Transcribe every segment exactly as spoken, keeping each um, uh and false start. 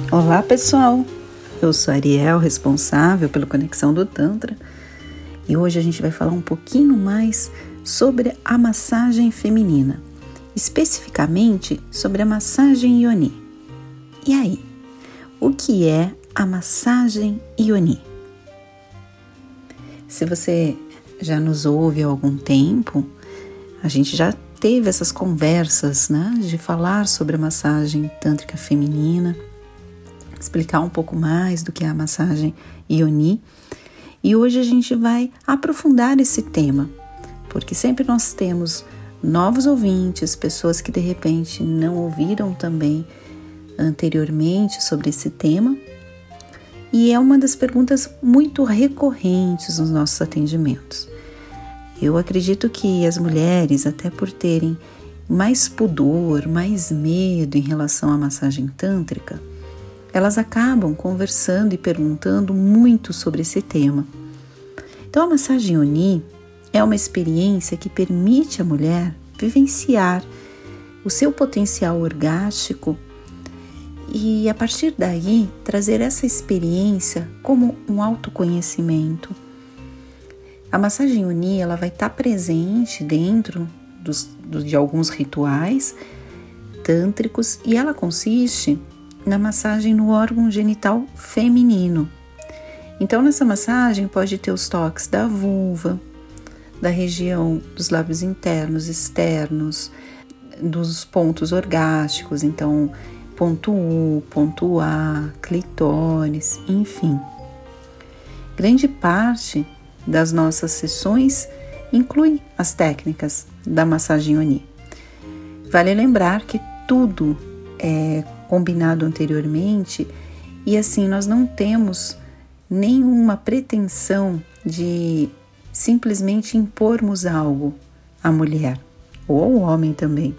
Olá pessoal, eu sou a Ariel, responsável pela Conexão do Tantra, e hoje a gente vai falar um pouquinho mais sobre a massagem feminina, especificamente sobre a massagem Yoni. E aí, o que é a massagem Yoni? Se você já nos ouve há algum tempo, a gente já teve essas conversas, né, de falar sobre a massagem tântrica feminina, explicar um pouco mais do que é a massagem Yoni. E hoje a gente vai aprofundar esse tema, porque sempre nós temos novos ouvintes, pessoas que de repente não ouviram também anteriormente sobre esse tema. E é uma das perguntas muito recorrentes nos nossos atendimentos. Eu acredito que as mulheres, até por terem mais pudor, mais medo em relação à massagem tântrica, elas acabam conversando e perguntando muito sobre esse tema. Então, a massagem Yoni é uma experiência que permite à mulher vivenciar o seu potencial orgástico e, a partir daí, trazer essa experiência como um autoconhecimento. A massagem Yoni ela vai estar presente dentro dos, de alguns rituais tântricos e ela consiste na massagem no órgão genital feminino. Então, nessa massagem pode ter os toques da vulva, da região dos lábios internos, externos, dos pontos orgásticos, então ponto U, ponto A, clitóris, enfim. Grande parte das nossas sessões inclui as técnicas da massagem Yoni. Vale lembrar que tudo é combinado anteriormente e assim nós não temos nenhuma pretensão de simplesmente impormos algo à mulher ou ao homem também.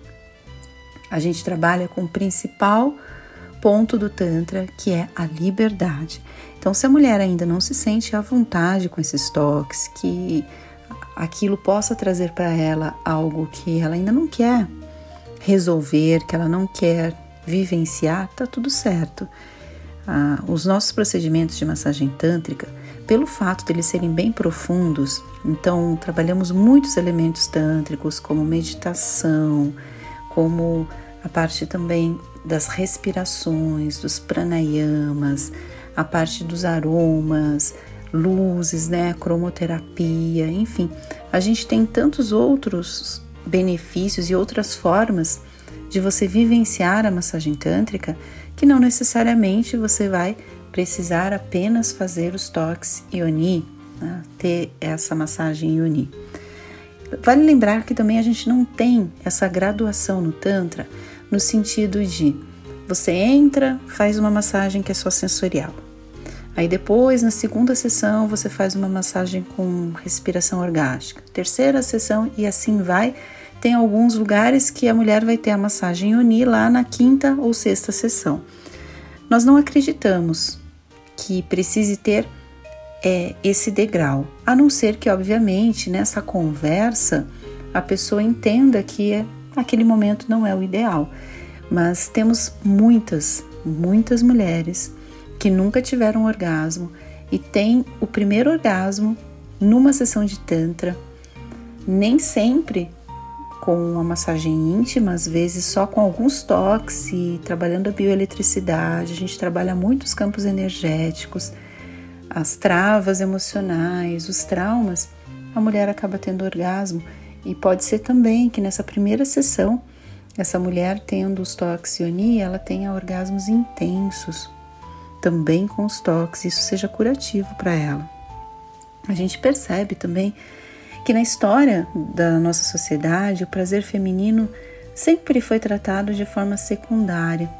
A gente trabalha com o principal ponto do Tantra, que é a liberdade. Então, se a mulher ainda não se sente à vontade com esses toques, que aquilo possa trazer para ela algo que ela ainda não quer resolver, que ela não quer vivenciar, tá tudo certo. Ah, os nossos procedimentos de massagem tântrica, pelo fato de eles serem bem profundos, então trabalhamos muitos elementos tântricos, como meditação, como a parte também das respirações, dos pranayamas, a parte dos aromas, luzes, né, cromoterapia, enfim, a gente tem tantos outros benefícios e outras formas de você vivenciar a massagem tântrica, que não necessariamente você vai precisar apenas fazer os toques Yoni, né? Ter essa massagem Yoni. Vale lembrar que também a gente não tem essa graduação no Tantra, no sentido de você entra, faz uma massagem que é só sensorial. Aí depois, na segunda sessão, você faz uma massagem com respiração orgástica. Terceira sessão e assim vai. Tem alguns lugares que a mulher vai ter a massagem Yoni lá na quinta ou sexta sessão. Nós não acreditamos que precise ter é, esse degrau, a não ser que, obviamente, nessa conversa, a pessoa entenda que é, aquele momento não é o ideal. Mas temos muitas, muitas mulheres que nunca tiveram orgasmo e têm o primeiro orgasmo numa sessão de Tantra, nem sempre com uma massagem íntima, às vezes só com alguns toques e trabalhando a bioeletricidade. A gente trabalha muito os campos energéticos, as travas emocionais, os traumas. A mulher acaba tendo orgasmo e pode ser também que nessa primeira sessão, essa mulher tendo os toques Yoni, ela tenha orgasmos intensos, também com os toques, isso seja curativo para ela. A gente percebe também que na história da nossa sociedade o prazer feminino sempre foi tratado de forma secundária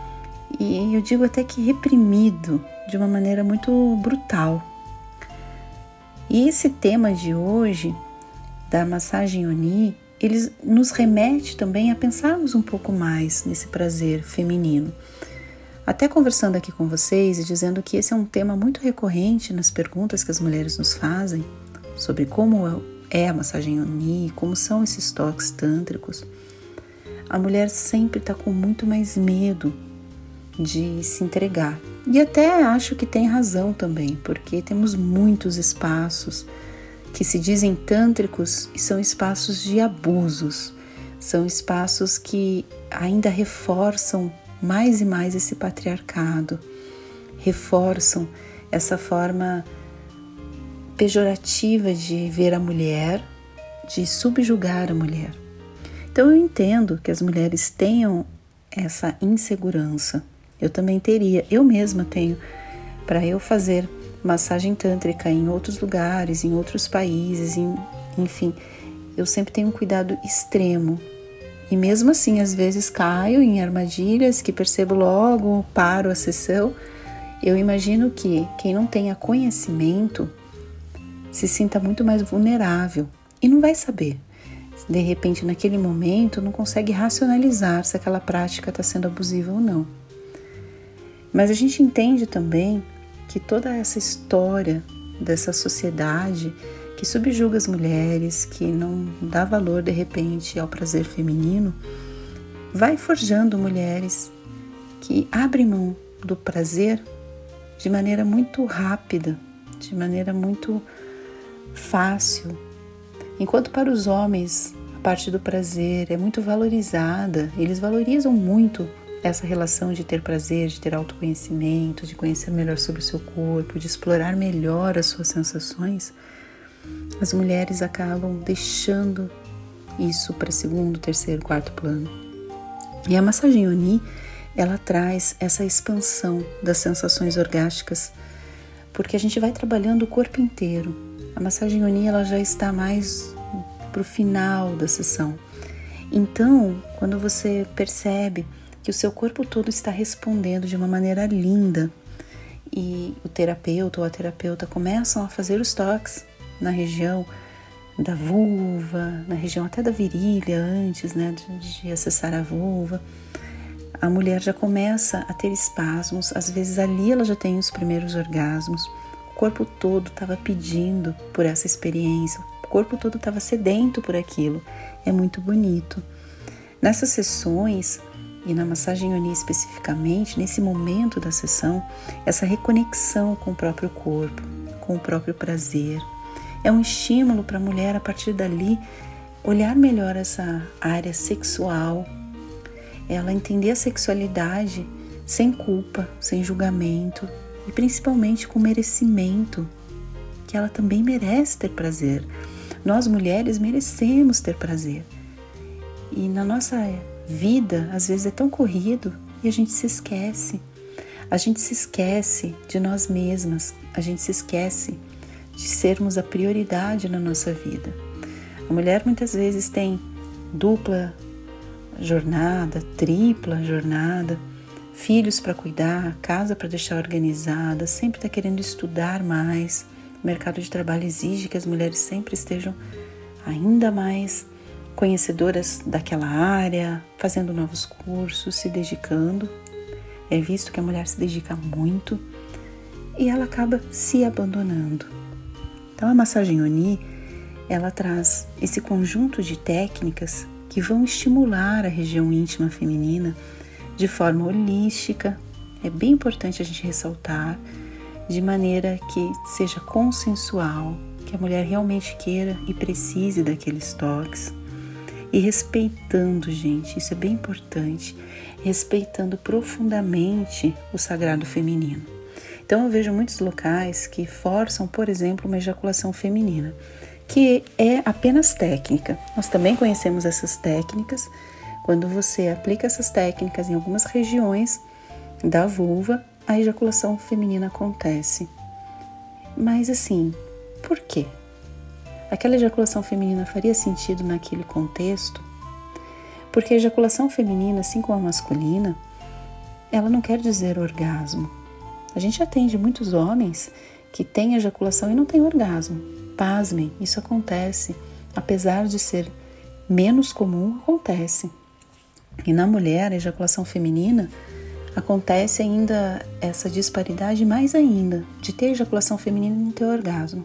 e eu digo até que reprimido de uma maneira muito brutal. E esse tema de hoje da massagem Yoni, ele nos remete também a pensarmos um pouco mais nesse prazer feminino. Até conversando aqui com vocês e dizendo que esse é um tema muito recorrente nas perguntas que as mulheres nos fazem sobre como é a massagem Yoni, como são esses toques tântricos. A mulher sempre está com muito mais medo de se entregar. E até acho que tem razão também, porque temos muitos espaços que se dizem tântricos e são espaços de abusos, são espaços que ainda reforçam mais e mais esse patriarcado, reforçam essa forma pejorativa de ver a mulher, de subjugar a mulher. Então eu entendo que as mulheres tenham essa insegurança. Eu também teria, eu mesma tenho, para eu fazer massagem tântrica em outros lugares, em outros países, em, enfim, eu sempre tenho um cuidado extremo. E mesmo assim, às vezes caio em armadilhas que percebo logo, paro a sessão. Eu imagino que quem não tenha conhecimento se sinta muito mais vulnerável e não vai saber. De repente, naquele momento, não consegue racionalizar se aquela prática está sendo abusiva ou não. Mas a gente entende também que toda essa história dessa sociedade que subjuga as mulheres, que não dá valor de repente ao prazer feminino, vai forjando mulheres que abrem mão do prazer de maneira muito rápida, de maneira muito fácil. Enquanto para os homens a parte do prazer é muito valorizada, eles valorizam muito essa relação de ter prazer, de ter autoconhecimento, de conhecer melhor sobre o seu corpo, de explorar melhor as suas sensações, as mulheres acabam deixando isso para segundo, terceiro, quarto plano. E a massagem Yoni, ela traz essa expansão das sensações orgásticas, porque a gente vai trabalhando o corpo inteiro. A massagem Yoni, ela já está mais para o final da sessão. Então, quando você percebe que o seu corpo todo está respondendo de uma maneira linda e o terapeuta ou a terapeuta começam a fazer os toques na região da vulva, na região até da virilha antes, né, de, de acessar a vulva, a mulher já começa a ter espasmos, às vezes ali ela já tem os primeiros orgasmos, o corpo todo estava pedindo por essa experiência, o corpo todo estava sedento por aquilo, é muito bonito. Nessas sessões, e na massagem Yoni especificamente, nesse momento da sessão, essa reconexão com o próprio corpo, com o próprio prazer, é um estímulo para a mulher a partir dali olhar melhor essa área sexual, ela entender a sexualidade sem culpa, sem julgamento e principalmente com merecimento, que ela também merece ter prazer. Nós mulheres merecemos ter prazer. E na nossa vida, às vezes é tão corrido e a gente se esquece. A gente se esquece de nós mesmas, a gente se esquece de sermos a prioridade na nossa vida. A mulher muitas vezes tem dupla jornada, tripla jornada, filhos para cuidar, casa para deixar organizada, sempre está querendo estudar mais. O mercado de trabalho exige que as mulheres sempre estejam ainda mais conhecedoras daquela área, fazendo novos cursos, se dedicando. É visto que a mulher se dedica muito e ela acaba se abandonando. Então a massagem Yoni, ela traz esse conjunto de técnicas que vão estimular a região íntima feminina de forma holística. É bem importante a gente ressaltar, de maneira que seja consensual, que a mulher realmente queira e precise daqueles toques. E respeitando, gente, isso é bem importante, respeitando profundamente o sagrado feminino. Então eu vejo muitos locais que forçam, por exemplo, uma ejaculação feminina, que é apenas técnica. Nós também conhecemos essas técnicas. Quando você aplica essas técnicas em algumas regiões da vulva, a ejaculação feminina acontece. Mas assim, por quê? Aquela ejaculação feminina faria sentido naquele contexto? Porque a ejaculação feminina, assim como a masculina, ela não quer dizer orgasmo. A gente atende muitos homens que têm ejaculação e não têm orgasmo. Pasmem, isso acontece. Apesar de ser menos comum, acontece. E na mulher, a ejaculação feminina, acontece ainda essa disparidade mais ainda, de ter ejaculação feminina e não ter orgasmo.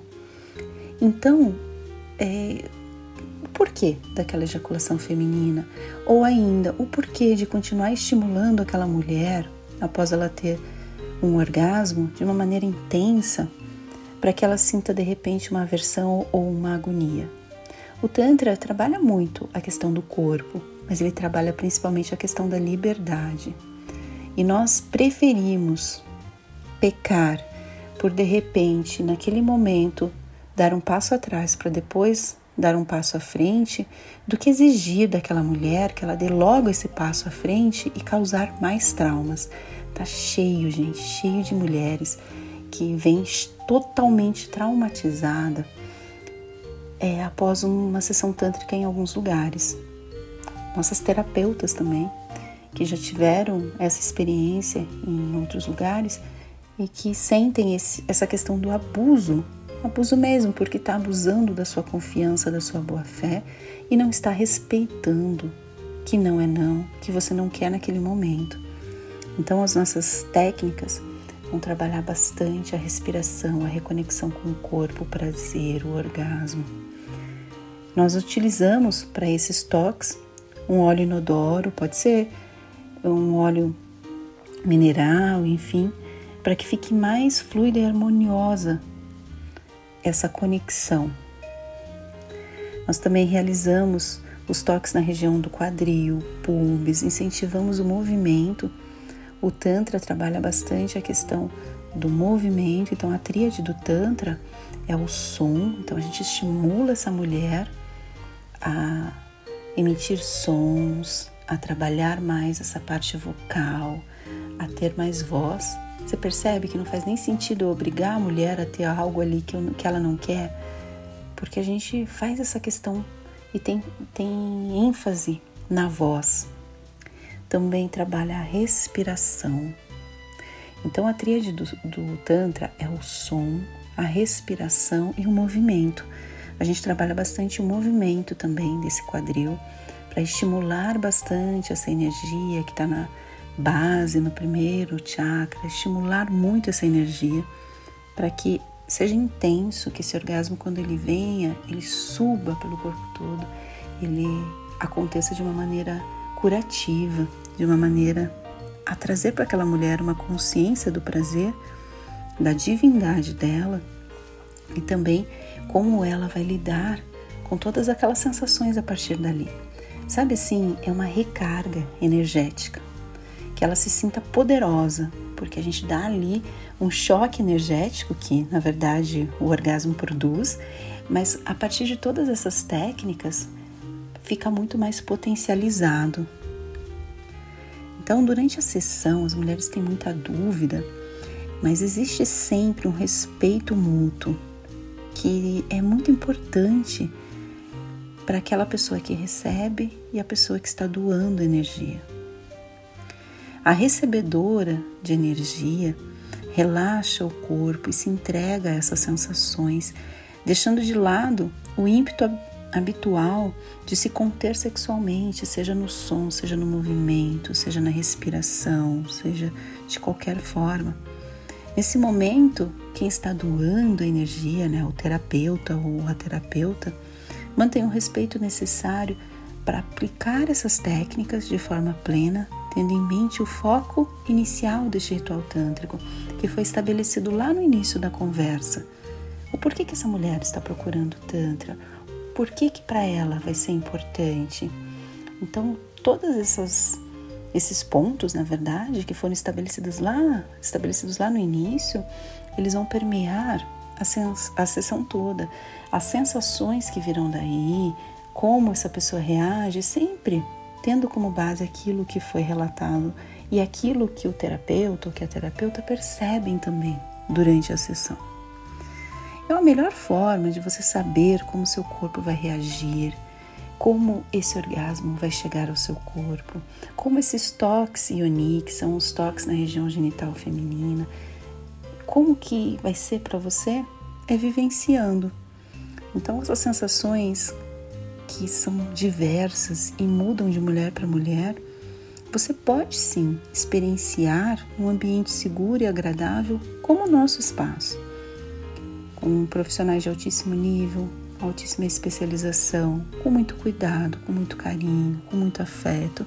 Então, é, o porquê daquela ejaculação feminina? Ou ainda, o porquê de continuar estimulando aquela mulher após ela ter um orgasmo, de uma maneira intensa, para que ela sinta de repente uma aversão ou uma agonia. O Tantra trabalha muito a questão do corpo, mas ele trabalha principalmente a questão da liberdade. E nós preferimos pecar por de repente, naquele momento, dar um passo atrás para depois dar um passo à frente, do que exigir daquela mulher que ela dê logo esse passo à frente e causar mais traumas. Tá cheio, gente, cheio de mulheres que vêm totalmente traumatizada é, após uma sessão tântrica em alguns lugares. Nossas terapeutas também, que já tiveram essa experiência em outros lugares e que sentem esse, essa questão do abuso, abuso mesmo, porque está abusando da sua confiança, da sua boa-fé e não está respeitando que não é não, que você não quer naquele momento. Então as nossas técnicas vão trabalhar bastante a respiração, a reconexão com o corpo, o prazer, o orgasmo. Nós utilizamos para esses toques um óleo inodoro, pode ser um óleo mineral, enfim, para que fique mais fluida e harmoniosa essa conexão. Nós também realizamos os toques na região do quadril, pubis, incentivamos o movimento. O Tantra trabalha bastante a questão do movimento, então a tríade do Tantra é o som, então a gente estimula essa mulher a emitir sons, a trabalhar mais essa parte vocal, a ter mais voz. Você percebe que não faz nem sentido obrigar a mulher a ter algo ali que, eu, que ela não quer, porque a gente faz essa questão e tem, tem ênfase na voz. Também trabalha a respiração. Então a tríade do, do Tantra é o som, a respiração e o movimento. A gente trabalha bastante o movimento também desse quadril, para estimular bastante essa energia que está na base, no primeiro chakra, estimular muito essa energia para que seja intenso, que esse orgasmo, quando ele venha, ele suba pelo corpo todo, ele aconteça de uma maneira curativa, de uma maneira a trazer para aquela mulher uma consciência do prazer, da divindade dela e também como ela vai lidar com todas aquelas sensações a partir dali. Sabe assim, é uma recarga energética, que ela se sinta poderosa, porque a gente dá ali um choque energético que, na verdade, o orgasmo produz, mas a partir de todas essas técnicas, fica muito mais potencializado. Então, durante a sessão, as mulheres têm muita dúvida, mas existe sempre um respeito mútuo, que é muito importante para aquela pessoa que recebe e a pessoa que está doando energia. A recebedora de energia relaxa o corpo e se entrega a essas sensações, deixando de lado o ímpeto habitual de se conter sexualmente, seja no som, seja no movimento, seja na respiração, seja de qualquer forma. Nesse momento, quem está doando a energia, né, o terapeuta ou a terapeuta, mantém o respeito necessário para aplicar essas técnicas de forma plena, tendo em mente o foco inicial deste ritual tântrico, que foi estabelecido lá no início da conversa. O porquê que essa mulher está procurando Tantra? Por que que para ela vai ser importante? Então, todos essas, esses pontos, na verdade, que foram estabelecidos lá, estabelecidos lá no início, eles vão permear a, sens- a sessão toda. As sensações que virão daí, como essa pessoa reage, sempre tendo como base aquilo que foi relatado e aquilo que o terapeuta ou que a terapeuta percebem também durante a sessão. É a melhor forma de você saber como seu corpo vai reagir, como esse orgasmo vai chegar ao seu corpo, como esses toques yoni, que são os toques na região genital feminina, como que vai ser para você, é vivenciando. Então essas sensações que são diversas e mudam de mulher para mulher, você pode sim experienciar um ambiente seguro e agradável como o nosso espaço, com profissionais de altíssimo nível, altíssima especialização, com muito cuidado, com muito carinho, com muito afeto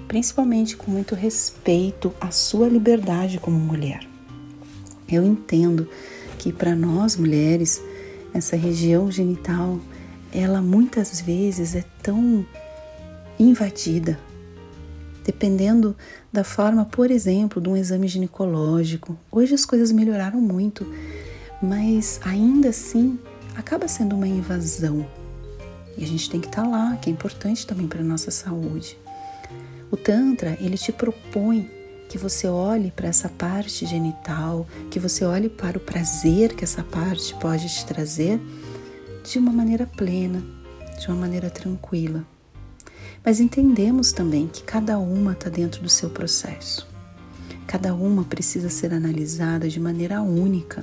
principalmente com muito respeito à sua liberdade como mulher. Eu entendo que para nós mulheres, essa região genital, ela muitas vezes é tão invadida, dependendo da forma, por exemplo, de um exame ginecológico. Hoje as coisas melhoraram muito, mas ainda assim acaba sendo uma invasão. E a gente tem que estar lá, que é importante também para a nossa saúde. O Tantra, ele te propõe que você olhe para essa parte genital, que você olhe para o prazer que essa parte pode te trazer de uma maneira plena, de uma maneira tranquila. Mas entendemos também que cada uma está dentro do seu processo. Cada uma precisa ser analisada de maneira única.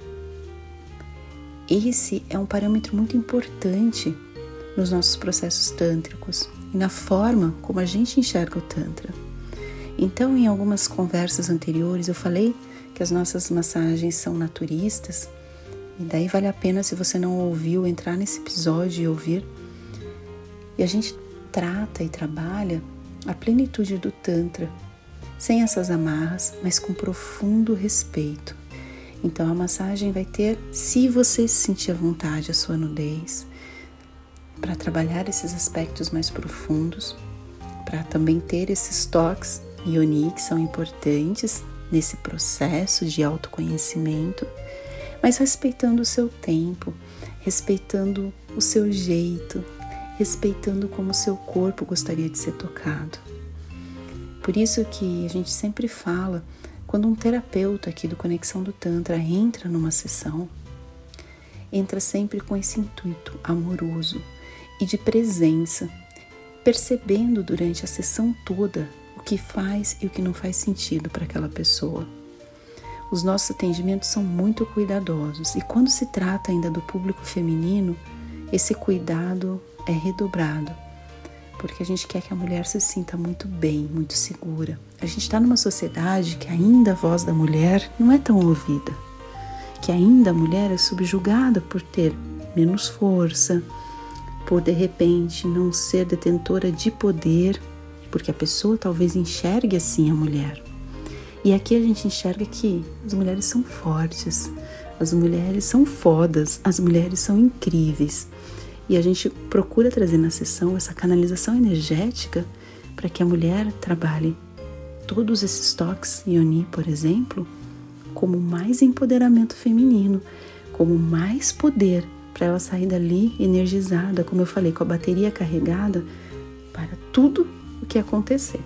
Esse é um parâmetro muito importante nos nossos processos tântricos e na forma como a gente enxerga o Tantra. Então, em algumas conversas anteriores, eu falei que as nossas massagens são naturistas, e daí vale a pena, se você não ouviu, entrar nesse episódio e ouvir. E a gente trata e trabalha a plenitude do Tantra, sem essas amarras, mas com profundo respeito. Então, a massagem vai ter, se você se sentir à vontade, a sua nudez, para trabalhar esses aspectos mais profundos, para também ter esses toques Yoni que são importantes nesse processo de autoconhecimento, mas respeitando o seu tempo, respeitando o seu jeito, respeitando como o seu corpo gostaria de ser tocado. Por isso que a gente sempre fala, quando um terapeuta aqui do Conexão do Tantra entra numa sessão, entra sempre com esse intuito amoroso e de presença, percebendo durante a sessão toda o que faz e o que não faz sentido para aquela pessoa. Os nossos atendimentos são muito cuidadosos e quando se trata ainda do público feminino, esse cuidado é redobrado, porque a gente quer que a mulher se sinta muito bem, muito segura. A gente está numa sociedade que ainda a voz da mulher não é tão ouvida, que ainda a mulher é subjugada por ter menos força, por de repente não ser detentora de poder, porque a pessoa talvez enxergue assim a mulher. E aqui a gente enxerga que as mulheres são fortes, as mulheres são fodas, as mulheres são incríveis. E a gente procura trazer na sessão essa canalização energética para que a mulher trabalhe todos esses toques Yoni, por exemplo, como mais empoderamento feminino, como mais poder para ela sair dali energizada, como eu falei, com a bateria carregada para tudo o que acontecer.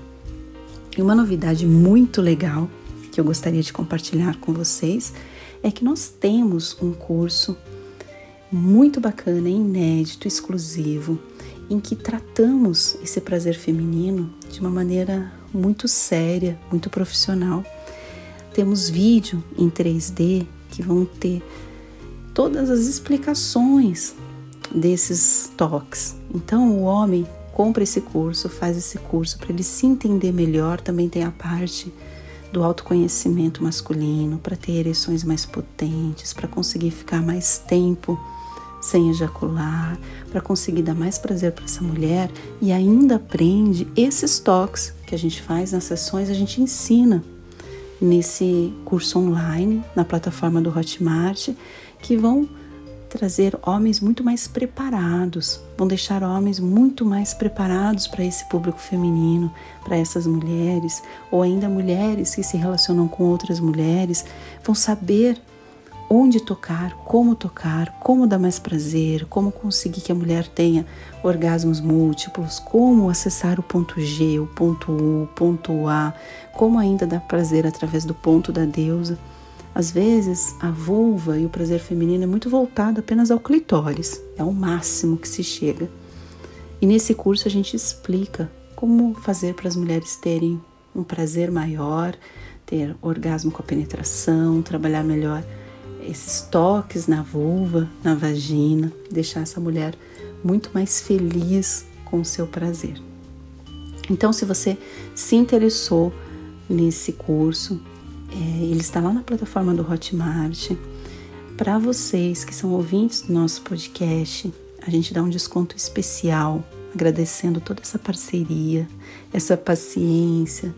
E uma novidade muito legal que eu gostaria de compartilhar com vocês é que nós temos um curso muito bacana, inédito, exclusivo, em que tratamos esse prazer feminino de uma maneira muito séria, muito profissional. Temos vídeo em três D que vão ter todas as explicações desses toques. Então o homem compra esse curso, faz esse curso para ele se entender melhor. Também tem a parte do autoconhecimento masculino, para ter ereções mais potentes, para conseguir ficar mais tempo sem ejacular, para conseguir dar mais prazer para essa mulher, e ainda aprende esses toques que a gente faz nas sessões, a gente ensina nesse curso online, na plataforma do Hotmart, que vão trazer homens muito mais preparados, vão deixar homens muito mais preparados para esse público feminino, para essas mulheres, ou ainda mulheres que se relacionam com outras mulheres, vão saber onde tocar, como tocar, como dar mais prazer, como conseguir que a mulher tenha orgasmos múltiplos, como acessar o ponto G, o ponto U, o ponto A, como ainda dar prazer através do ponto da deusa. Às vezes, a vulva e o prazer feminino é muito voltado apenas ao clitóris, é o máximo que se chega. E nesse curso a gente explica como fazer para as mulheres terem um prazer maior, ter orgasmo com a penetração, trabalhar melhor esses toques na vulva, na vagina, deixar essa mulher muito mais feliz com o seu prazer. Então, se você se interessou nesse curso, é, ele está lá na plataforma do Hotmart. Para vocês que são ouvintes do nosso podcast, a gente dá um desconto especial agradecendo toda essa parceria, essa paciência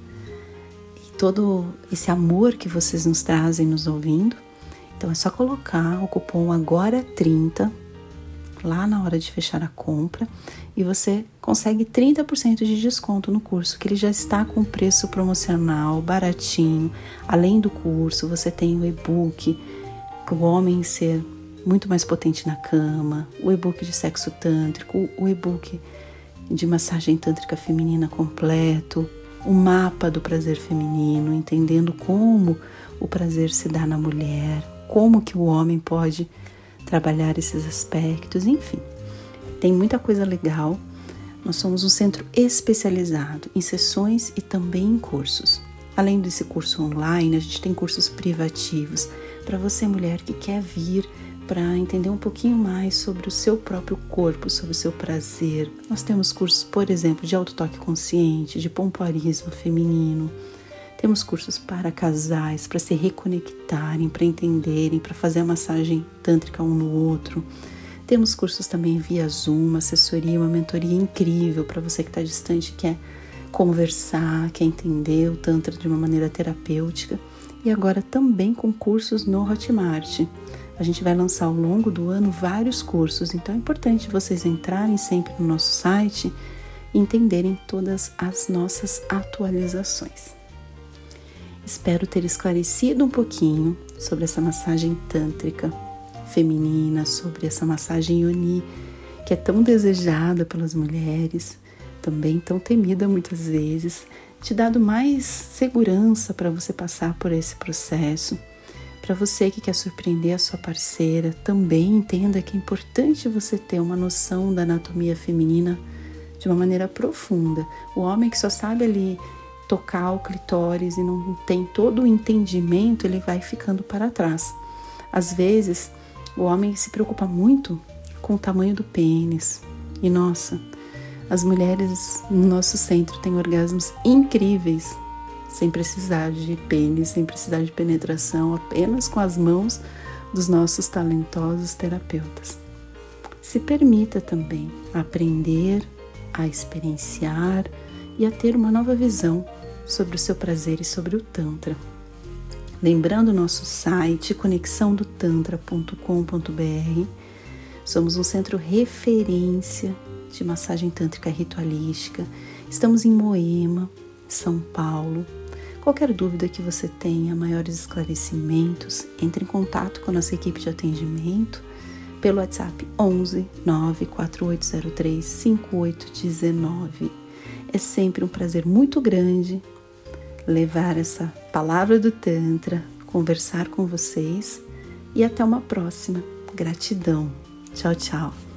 e todo esse amor que vocês nos trazem nos ouvindo. Então é só colocar o cupom agora trinta lá na hora de fechar a compra e você consegue trinta por cento de desconto no curso, que ele já está com preço promocional, baratinho. Além do curso, você tem o e-book para o homem ser muito mais potente na cama, o e-book de sexo tântrico, o e-book de massagem tântrica feminina completo, o mapa do prazer feminino, entendendo como o prazer se dá na mulher, como que o homem pode trabalhar esses aspectos, enfim. Tem muita coisa legal. Nós somos um centro especializado em sessões e também em cursos. Além desse curso online, a gente tem cursos privativos para você, mulher, que quer vir para entender um pouquinho mais sobre o seu próprio corpo, sobre o seu prazer. Nós temos cursos, por exemplo, de autotoque consciente, de pompoarismo feminino. Temos cursos para casais, para se reconectarem, para entenderem, para fazer a massagem tântrica um no outro. Temos cursos também via Zoom, uma assessoria, uma mentoria incrível para você que está distante, quer conversar, quer entender o Tantra de uma maneira terapêutica. E agora também com cursos no Hotmart. A gente vai lançar ao longo do ano vários cursos, então é importante vocês entrarem sempre no nosso site e entenderem todas as nossas atualizações. Espero ter esclarecido um pouquinho sobre essa massagem tântrica feminina, sobre essa massagem yoni, que é tão desejada pelas mulheres, também tão temida muitas vezes, te dado mais segurança para você passar por esse processo. Para você que quer surpreender a sua parceira, também entenda que é importante você ter uma noção da anatomia feminina de uma maneira profunda. O homem que só sabe ali tocar o clitóris e não tem todo o entendimento, ele vai ficando para trás. Às vezes, o homem se preocupa muito com o tamanho do pênis. E nossa, as mulheres no nosso centro têm orgasmos incríveis, sem precisar de pênis, sem precisar de penetração, apenas com as mãos dos nossos talentosos terapeutas. Se permita também aprender, a experienciar e a ter uma nova visão sobre o seu prazer e sobre o Tantra. Lembrando o nosso site conexão do tantra ponto com ponto b r, somos um centro referência de massagem tântrica ritualística. Estamos em Moema, São Paulo. Qualquer dúvida que você tenha, maiores esclarecimentos, entre em contato com a nossa equipe de atendimento pelo WhatsApp onze nove quatro oito zero três cinco oito um nove. É sempre um prazer muito grande levar essa palavra do Tantra, conversar com vocês e até uma próxima. Gratidão. Tchau, tchau.